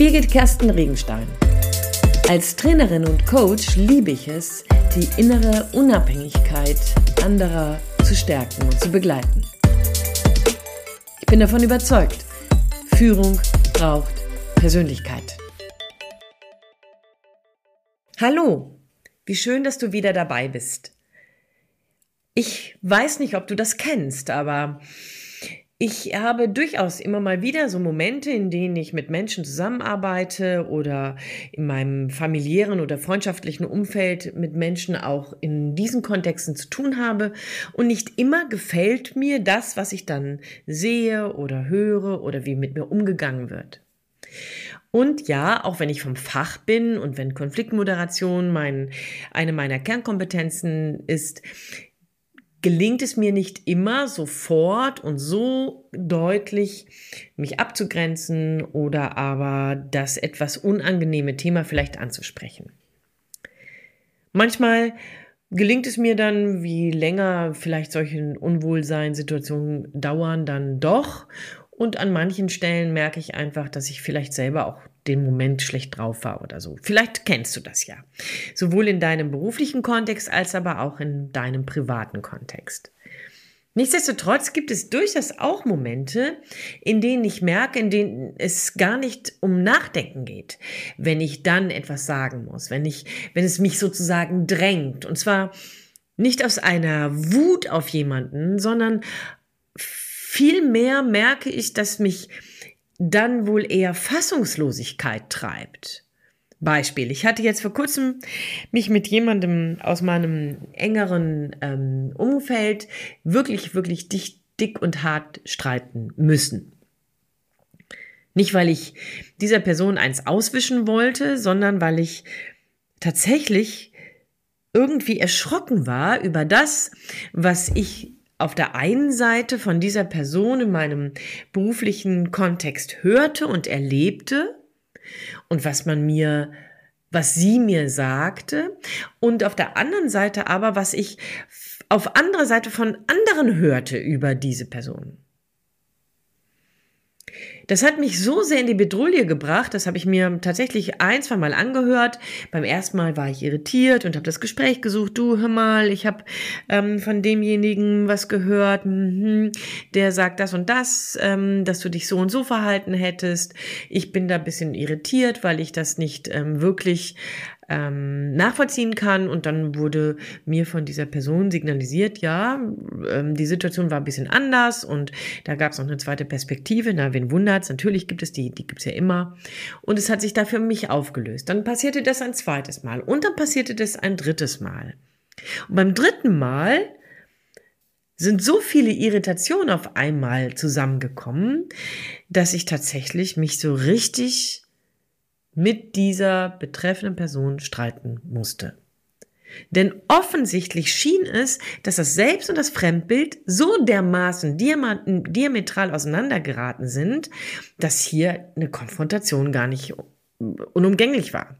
Birgit Kersten Regenstein. Als Trainerin und Coach liebe ich es, die innere Unabhängigkeit anderer zu stärken und zu begleiten. Ich bin davon überzeugt, Führung braucht Persönlichkeit. Hallo, wie schön, dass du wieder dabei bist. Ich weiß nicht, ob du das kennst, aber ich habe durchaus immer mal wieder so Momente, in denen ich mit Menschen zusammenarbeite oder in meinem familiären oder freundschaftlichen Umfeld mit Menschen auch in diesen Kontexten zu tun habe. Und nicht immer gefällt mir das, was ich dann sehe oder höre oder wie mit mir umgegangen wird. Und ja, auch wenn ich vom Fach bin und wenn Konfliktmoderation eine meiner Kernkompetenzen ist, gelingt es mir nicht immer sofort und so deutlich, mich abzugrenzen oder aber das etwas unangenehme Thema vielleicht anzusprechen. Manchmal gelingt es mir dann, wie länger vielleicht solche Unwohlseinssituationen dauern, dann doch. Und an manchen Stellen merke ich einfach, dass ich vielleicht selber auch den Moment schlecht drauf war oder so. Vielleicht kennst du das ja. Sowohl in deinem beruflichen Kontext als aber auch in deinem privaten Kontext. Nichtsdestotrotz gibt es durchaus auch Momente, in denen ich merke, in denen es gar nicht um Nachdenken geht, wenn ich dann etwas sagen muss, wenn es mich sozusagen drängt. Und zwar nicht aus einer Wut auf jemanden, sondern vielmehr merke ich, dass mich dann wohl eher Fassungslosigkeit treibt. Beispiel, ich hatte jetzt vor kurzem mich mit jemandem aus meinem engeren Umfeld wirklich, wirklich dick und hart streiten müssen. Nicht, weil ich dieser Person eins auswischen wollte, sondern weil ich tatsächlich irgendwie erschrocken war über das, was ich auf der einen Seite von dieser Person in meinem beruflichen Kontext hörte und erlebte und was sie mir sagte und auf der anderen Seite aber, was ich auf anderer Seite von anderen hörte über diese Person. Das hat mich so sehr in die Bedrulle gebracht, das habe ich mir tatsächlich 1-2 Mal angehört. Beim ersten Mal war ich irritiert und habe das Gespräch gesucht. Du, hör mal, ich habe von demjenigen was gehört, der sagt das und das, dass du dich so und so verhalten hättest. Ich bin da ein bisschen irritiert, weil ich das nicht wirklich nachvollziehen kann, und dann wurde mir von dieser Person signalisiert, ja, die Situation war ein bisschen anders und da gab es noch eine zweite Perspektive. Na, wen wundert's? Natürlich gibt es die gibt's ja immer, und es hat sich da für mich aufgelöst. Dann passierte das ein zweites Mal und dann passierte das ein drittes Mal. Und beim dritten Mal sind so viele Irritationen auf einmal zusammengekommen, dass ich tatsächlich mich so richtig mit dieser betreffenden Person streiten musste. Denn offensichtlich schien es, dass das Selbst- und das Fremdbild so dermaßen diametral auseinandergeraten sind, dass hier eine Konfrontation gar nicht unumgänglich war.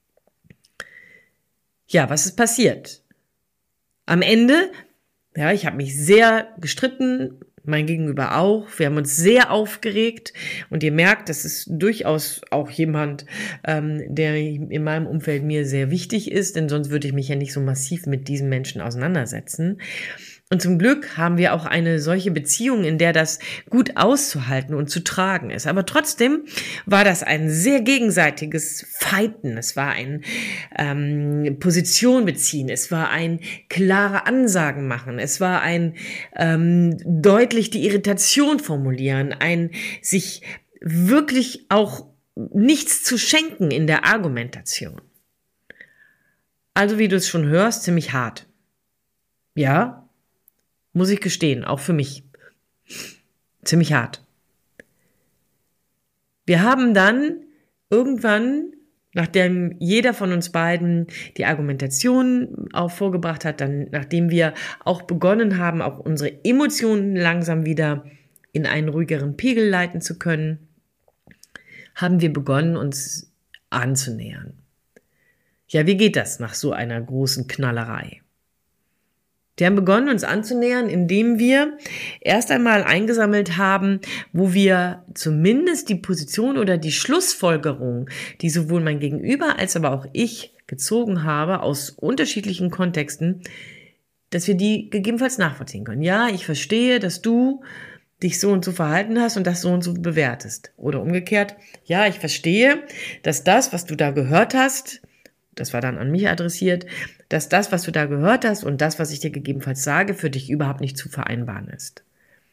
Ja, was ist passiert? Am Ende, ja, ich habe mich sehr gestritten, mein Gegenüber auch. Wir haben uns sehr aufgeregt und ihr merkt, das ist durchaus auch jemand, der in meinem Umfeld mir sehr wichtig ist, denn sonst würde ich mich ja nicht so massiv mit diesem Menschen auseinandersetzen. Und zum Glück haben wir auch eine solche Beziehung, in der das gut auszuhalten und zu tragen ist. Aber trotzdem war das ein sehr gegenseitiges Fighten. Es war ein Position beziehen. Es war ein klare Ansagen machen. Es war ein deutlich die Irritation formulieren. Ein sich wirklich auch nichts zu schenken in der Argumentation. Also, wie du es schon hörst, ziemlich hart. Ja, muss ich gestehen, auch für mich. Ziemlich hart. Wir haben dann irgendwann, nachdem jeder von uns beiden die Argumentation auch vorgebracht hat, dann, nachdem wir auch begonnen haben, auch unsere Emotionen langsam wieder in einen ruhigeren Pegel leiten zu können, haben wir begonnen, uns anzunähern. Ja, wie geht das nach so einer großen Knallerei? Die haben begonnen, uns anzunähern, indem wir erst einmal eingesammelt haben, wo wir zumindest die Position oder die Schlussfolgerung, die sowohl mein Gegenüber als aber auch ich gezogen habe, aus unterschiedlichen Kontexten, dass wir die gegebenenfalls nachvollziehen können. Ja, ich verstehe, dass du dich so und so verhalten hast und das so und so bewertest. Oder umgekehrt, ja, ich verstehe, dass das, was du da gehört hast, das war dann an mich adressiert, dass das, was du da gehört hast und das, was ich dir gegebenenfalls sage, für dich überhaupt nicht zu vereinbaren ist.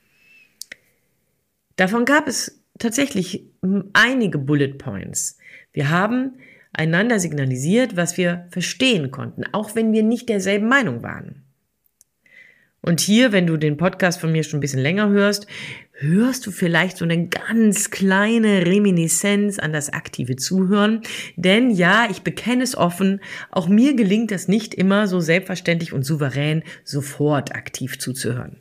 Davon gab es tatsächlich einige Bullet Points. Wir haben einander signalisiert, was wir verstehen konnten, auch wenn wir nicht derselben Meinung waren. Und hier, wenn du den Podcast von mir schon ein bisschen länger hörst du vielleicht so eine ganz kleine Reminiszenz an das aktive Zuhören. Denn ja, ich bekenne es offen, auch mir gelingt es nicht immer so selbstverständlich und souverän sofort aktiv zuzuhören.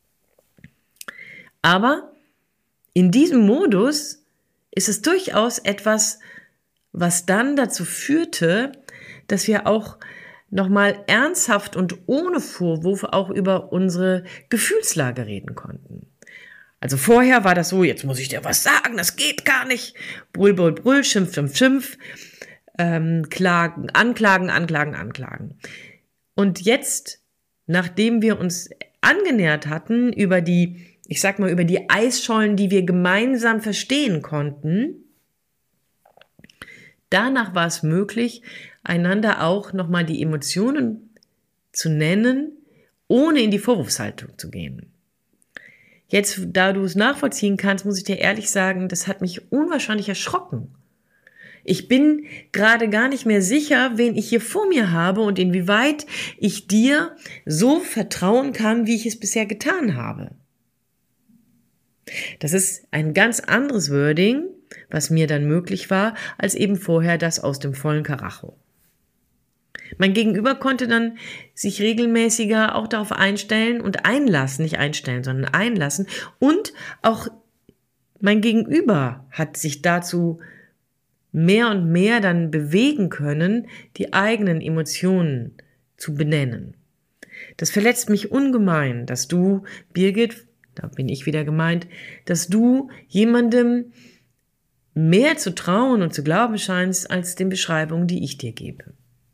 Aber in diesem Modus ist es durchaus etwas, was dann dazu führte, dass wir auch nochmal ernsthaft und ohne Vorwurf auch über unsere Gefühlslage reden konnten. Also vorher war das so, jetzt muss ich dir was sagen, das geht gar nicht. Brüll, brüll, brüll, Schimpf, Schimpf, Schimpf, Klagen, Anklagen. Und jetzt, nachdem wir uns angenähert hatten über die Eisschollen, die wir gemeinsam verstehen konnten, danach war es möglich, einander auch nochmal die Emotionen zu nennen, ohne in die Vorwurfshaltung zu gehen. Jetzt, da du es nachvollziehen kannst, muss ich dir ehrlich sagen, das hat mich unwahrscheinlich erschrocken. Ich bin gerade gar nicht mehr sicher, wen ich hier vor mir habe und inwieweit ich dir so vertrauen kann, wie ich es bisher getan habe. Das ist ein ganz anderes Wording, was mir dann möglich war, als eben vorher das aus dem vollen Karacho. Mein Gegenüber konnte dann sich regelmäßiger auch darauf einstellen und einlassen, nicht einstellen, sondern einlassen. Und auch mein Gegenüber hat sich dazu mehr und mehr dann bewegen können, die eigenen Emotionen zu benennen. Das verletzt mich ungemein, dass du, Birgit, da bin ich wieder gemeint, dass du jemandem mehr zu trauen und zu glauben scheinst, als den Beschreibungen, die ich dir gebe.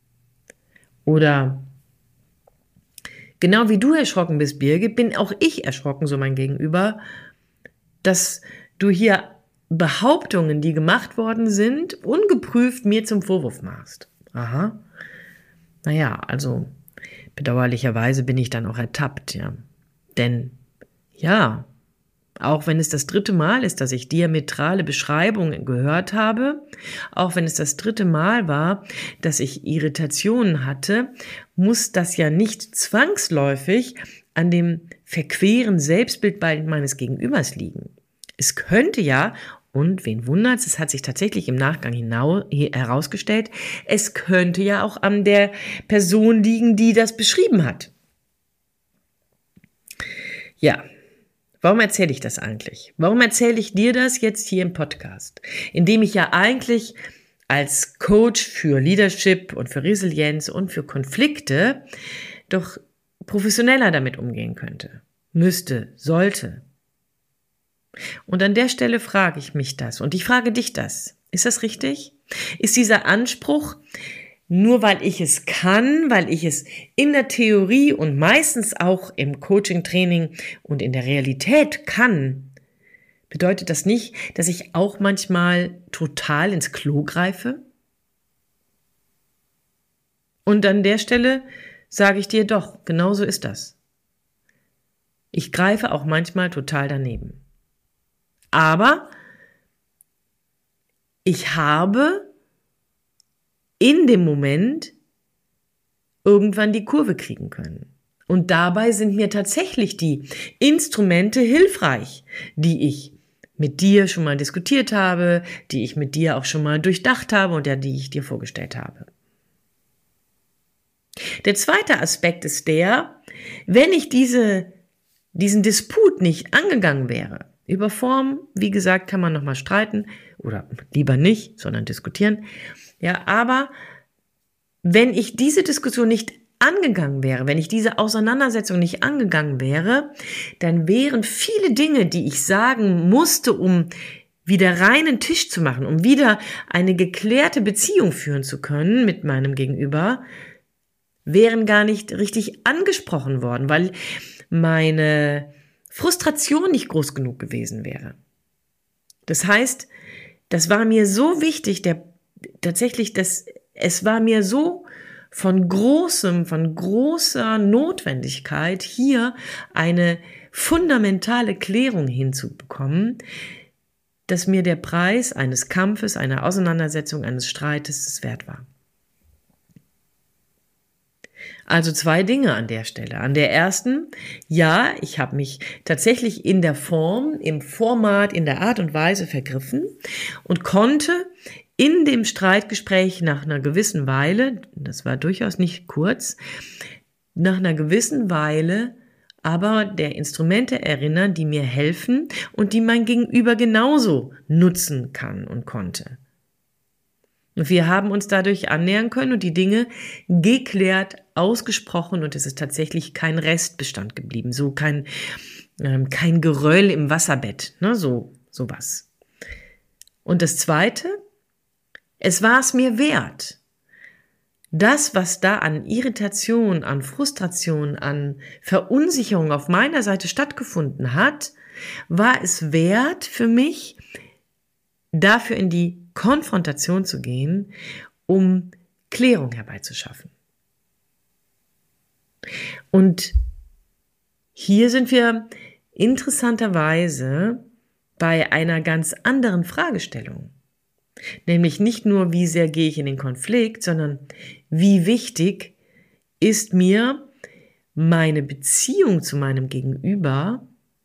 Oder genau wie du erschrocken bist, Birgit, bin auch ich erschrocken, so mein Gegenüber, dass du hier Behauptungen, die gemacht worden sind, ungeprüft mir zum Vorwurf machst. Aha. Naja, also bedauerlicherweise bin ich dann auch ertappt, ja. Denn, ja, auch wenn es das 3. Mal ist, dass ich diametrale Beschreibungen gehört habe, auch wenn es das 3. Mal war, dass ich Irritationen hatte, muss das ja nicht zwangsläufig an dem verqueren Selbstbild meines Gegenübers liegen. Es könnte ja, und wen wundert's, es hat sich tatsächlich im Nachgang herausgestellt, es könnte ja auch an der Person liegen, die das beschrieben hat. Ja. Warum erzähle ich das eigentlich? Warum erzähle ich dir das jetzt hier im Podcast? Indem ich ja eigentlich als Coach für Leadership und für Resilienz und für Konflikte doch professioneller damit umgehen könnte, müsste, sollte. Und an der Stelle frage ich mich das und ich frage dich das. Ist das richtig? Ist dieser Anspruch, nur weil ich es kann, weil ich es in der Theorie und meistens auch im Coaching-Training und in der Realität kann, bedeutet das nicht, dass ich auch manchmal total ins Klo greife? Und an der Stelle sage ich dir doch, genau so ist das. Ich greife auch manchmal total daneben. Aber ich habe in dem Moment irgendwann die Kurve kriegen können. Und dabei sind mir tatsächlich die Instrumente hilfreich, die ich mit dir schon mal diskutiert habe, die ich mit dir auch schon mal durchdacht habe und die ich dir vorgestellt habe. Der zweite Aspekt ist wenn ich diesen Disput nicht angegangen wäre, über Form, wie gesagt, kann man nochmal streiten oder lieber nicht, sondern diskutieren. Ja, aber wenn ich diese Diskussion nicht angegangen wäre, wenn ich diese Auseinandersetzung nicht angegangen wäre, dann wären viele Dinge, die ich sagen musste, um wieder reinen Tisch zu machen, um wieder eine geklärte Beziehung führen zu können mit meinem Gegenüber, wären gar nicht richtig angesprochen worden, weil meine Frustration nicht groß genug gewesen wäre. Das heißt, das war mir so wichtig, es war mir so von großer Notwendigkeit, hier eine fundamentale Klärung hinzubekommen, dass mir der Preis eines Kampfes, einer Auseinandersetzung, eines Streites es wert war. Also 2 Dinge an der Stelle. An der ersten, ja, ich habe mich tatsächlich in der Form, im Format, in der Art und Weise vergriffen und konnte in dem Streitgespräch nach einer gewissen Weile, das war durchaus nicht kurz, nach einer gewissen Weile aber der Instrumente erinnern, die mir helfen und die mein Gegenüber genauso nutzen kann und konnte. Und wir haben uns dadurch annähern können und die Dinge geklärt, ausgesprochen und es ist tatsächlich kein Restbestand geblieben, so kein Geröll im Wasserbett, ne, sowas. Und das Zweite, es war es mir wert. Das, was da an Irritation, an Frustration, an Verunsicherung auf meiner Seite stattgefunden hat, war es wert für mich, dafür in die Konfrontation zu gehen, um Klärung herbeizuschaffen. Und hier sind wir interessanterweise bei einer ganz anderen Fragestellung. Nämlich nicht nur, wie sehr gehe ich in den Konflikt, sondern wie wichtig ist mir meine Beziehung zu meinem Gegenüber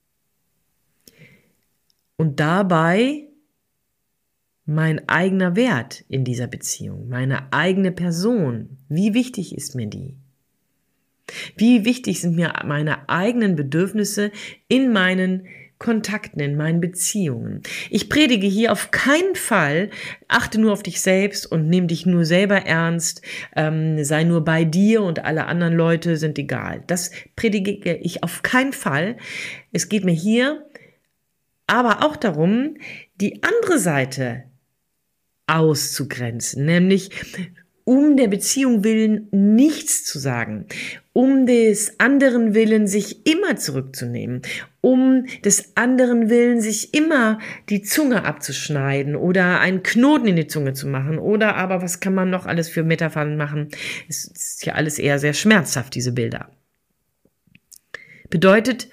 und dabei mein eigener Wert in dieser Beziehung, meine eigene Person. Wie wichtig ist mir die? Wie wichtig sind mir meine eigenen Bedürfnisse in meinen Kontakten, in meinen Beziehungen? Ich predige hier auf keinen Fall, achte nur auf dich selbst und nimm dich nur selber ernst, sei nur bei dir und alle anderen Leute sind egal. Das predige ich auf keinen Fall. Es geht mir hier aber auch darum, die andere Seite auszugrenzen, nämlich um der Beziehung willen nichts zu sagen, um des anderen willen sich immer zurückzunehmen, um des anderen willen sich immer die Zunge abzuschneiden oder einen Knoten in die Zunge zu machen oder aber was kann man noch alles für Metaphern machen? Es ist ja alles eher sehr schmerzhaft, diese Bilder. Bedeutet,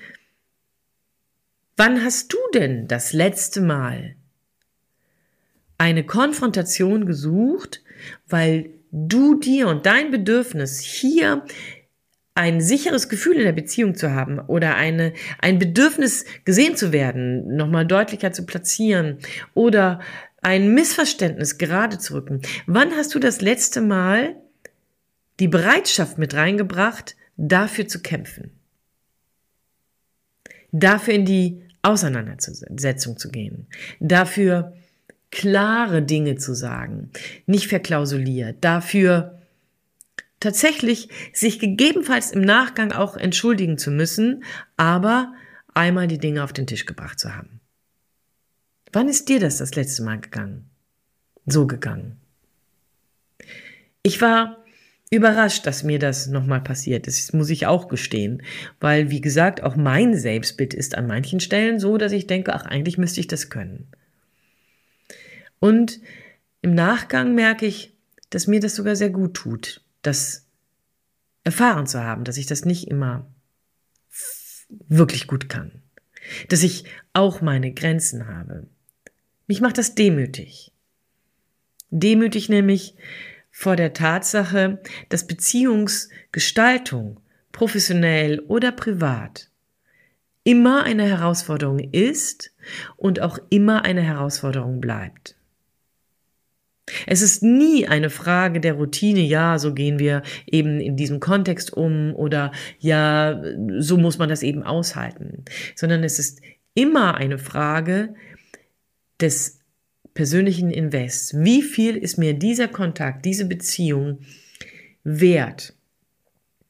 wann hast du denn das letzte Mal eine Konfrontation gesucht, weil du dir und dein Bedürfnis hier ein sicheres Gefühl in der Beziehung zu haben oder ein Bedürfnis gesehen zu werden, nochmal deutlicher zu platzieren oder ein Missverständnis gerade zu rücken. Wann hast du das letzte Mal die Bereitschaft mit reingebracht, dafür zu kämpfen? Dafür in die Auseinandersetzung zu gehen, dafür klare Dinge zu sagen, nicht verklausuliert, dafür tatsächlich sich gegebenenfalls im Nachgang auch entschuldigen zu müssen, aber einmal die Dinge auf den Tisch gebracht zu haben. Wann ist dir das letzte Mal gegangen? So gegangen. Ich war überrascht, dass mir das nochmal passiert ist, das muss ich auch gestehen, weil, wie gesagt, auch mein Selbstbild ist an manchen Stellen so, dass ich denke, ach, eigentlich müsste ich das können. Und im Nachgang merke ich, dass mir das sogar sehr gut tut, das erfahren zu haben, dass ich das nicht immer wirklich gut kann, dass ich auch meine Grenzen habe. Mich macht das demütig. Demütig nämlich vor der Tatsache, dass Beziehungsgestaltung, professionell oder privat, immer eine Herausforderung ist und auch immer eine Herausforderung bleibt. Es ist nie eine Frage der Routine, ja, so gehen wir eben in diesem Kontext um oder ja, so muss man das eben aushalten, sondern es ist immer eine Frage des persönlichen Invests. Wie viel ist mir dieser Kontakt, diese Beziehung wert?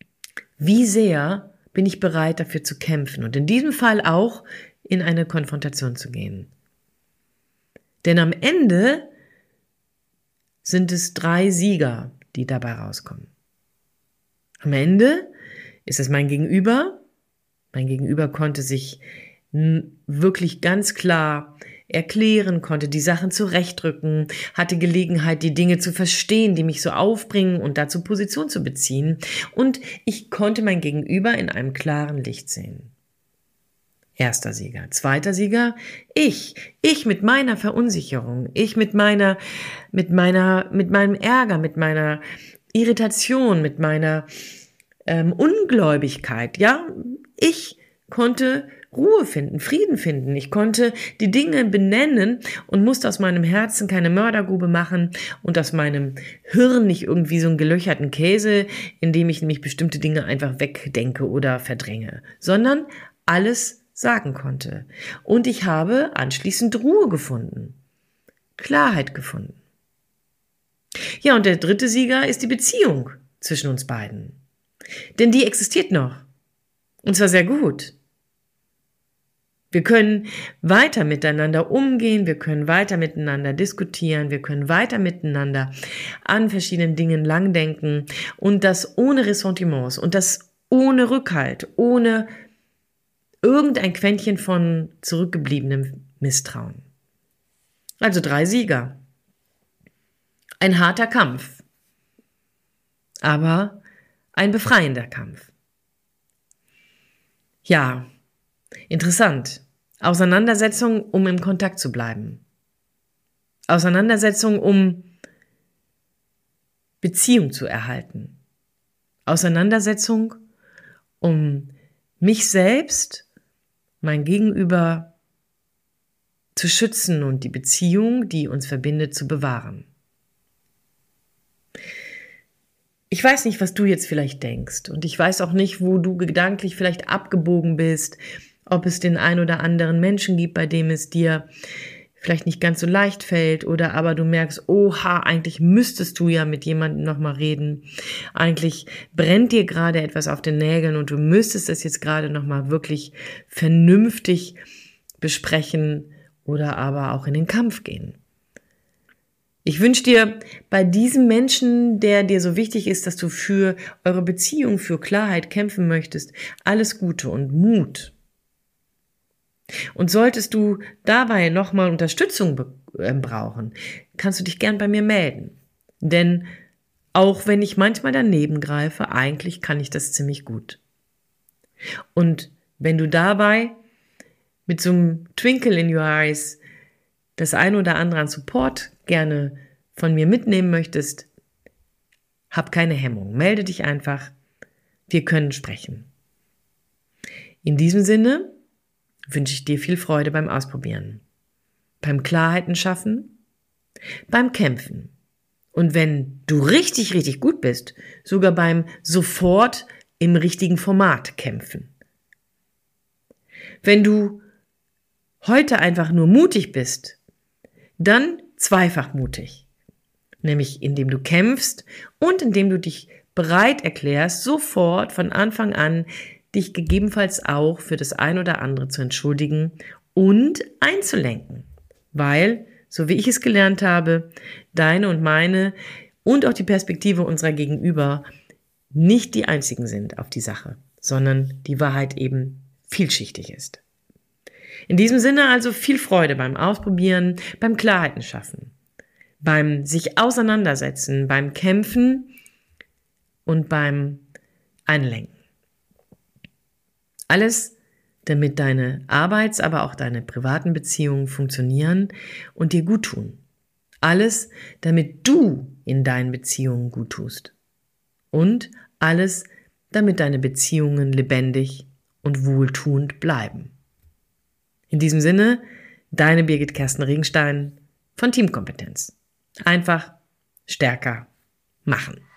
wie sehr bin ich bereit dafür zu kämpfen und in diesem Fall auch in eine Konfrontation zu gehen. Denn am Ende sind es 3 Sieger, die dabei rauskommen. Am Ende ist es mein Gegenüber. Mein Gegenüber konnte sich wirklich ganz klar erklären, konnte die Sachen zurechtrücken, hatte Gelegenheit, die Dinge zu verstehen, die mich so aufbringen und dazu Position zu beziehen. Und ich konnte mein Gegenüber in einem klaren Licht sehen. Erster Sieger. Zweiter Sieger, ich mit meiner Verunsicherung, ich mit meinem Ärger, mit meiner Irritation, mit meiner Ungläubigkeit, ja. Ich konnte Ruhe finden, Frieden finden. Ich konnte die Dinge benennen und musste aus meinem Herzen keine Mördergrube machen und aus meinem Hirn nicht irgendwie so einen gelöcherten Käse, in dem ich nämlich bestimmte Dinge einfach wegdenke oder verdränge, sondern alles sagen konnte. Und ich habe anschließend Ruhe gefunden, Klarheit gefunden. Ja, und der dritte Sieger ist die Beziehung zwischen uns beiden. Denn die existiert noch. Und zwar sehr gut. Wir können weiter miteinander umgehen, wir können weiter miteinander diskutieren, wir können weiter miteinander an verschiedenen Dingen langdenken und das ohne Ressentiments und das ohne Rückhalt, ohne irgendein Quäntchen von zurückgebliebenem Misstrauen. Also 3 Sieger. Ein harter Kampf, aber ein befreiender Kampf. Ja, interessant. Auseinandersetzung, um im Kontakt zu bleiben. Auseinandersetzung, um Beziehung zu erhalten. Auseinandersetzung, um mich selbst, mein Gegenüber zu schützen und die Beziehung, die uns verbindet, zu bewahren. Ich weiß nicht, was du jetzt vielleicht denkst und ich weiß auch nicht, wo du gedanklich vielleicht abgebogen bist, ob es den ein oder anderen Menschen gibt, bei dem es dir vielleicht nicht ganz so leicht fällt oder aber du merkst, oha, eigentlich müsstest du ja mit jemandem nochmal reden. Eigentlich brennt dir gerade etwas auf den Nägeln und du müsstest es jetzt gerade nochmal wirklich vernünftig besprechen oder aber auch in den Kampf gehen. Ich wünsche dir bei diesem Menschen, der dir so wichtig ist, dass du für eure Beziehung, für Klarheit kämpfen möchtest, alles Gute und Mut. Und solltest du dabei nochmal Unterstützung brauchen, kannst du dich gern bei mir melden. Denn auch wenn ich manchmal daneben greife, eigentlich kann ich das ziemlich gut. Und wenn du dabei mit so einem Twinkle in your eyes das ein oder andere an Support gerne von mir mitnehmen möchtest, hab keine Hemmung, melde dich einfach, wir können sprechen. In diesem Sinne wünsche ich dir viel Freude beim Ausprobieren, beim Klarheiten schaffen, beim Kämpfen und wenn du richtig, richtig gut bist, sogar beim sofort im richtigen Format kämpfen. Wenn du heute einfach nur mutig bist, dann zweifach mutig, nämlich indem du kämpfst und indem du dich bereit erklärst, sofort von Anfang an dich gegebenenfalls auch für das ein oder andere zu entschuldigen und einzulenken, weil, so wie ich es gelernt habe, deine und meine und auch die Perspektive unserer Gegenüber nicht die einzigen sind auf die Sache, sondern die Wahrheit eben vielschichtig ist. In diesem Sinne also viel Freude beim Ausprobieren, beim Klarheiten schaffen, beim sich auseinandersetzen, beim Kämpfen und beim Einlenken. Alles, damit deine Arbeits-, aber auch deine privaten Beziehungen funktionieren und dir gut tun. Alles, damit du in deinen Beziehungen gut tust. Und alles, damit deine Beziehungen lebendig und wohltuend bleiben. In diesem Sinne, deine Birgit Kerstin Regenstein von Teamkompetenz. Einfach stärker machen.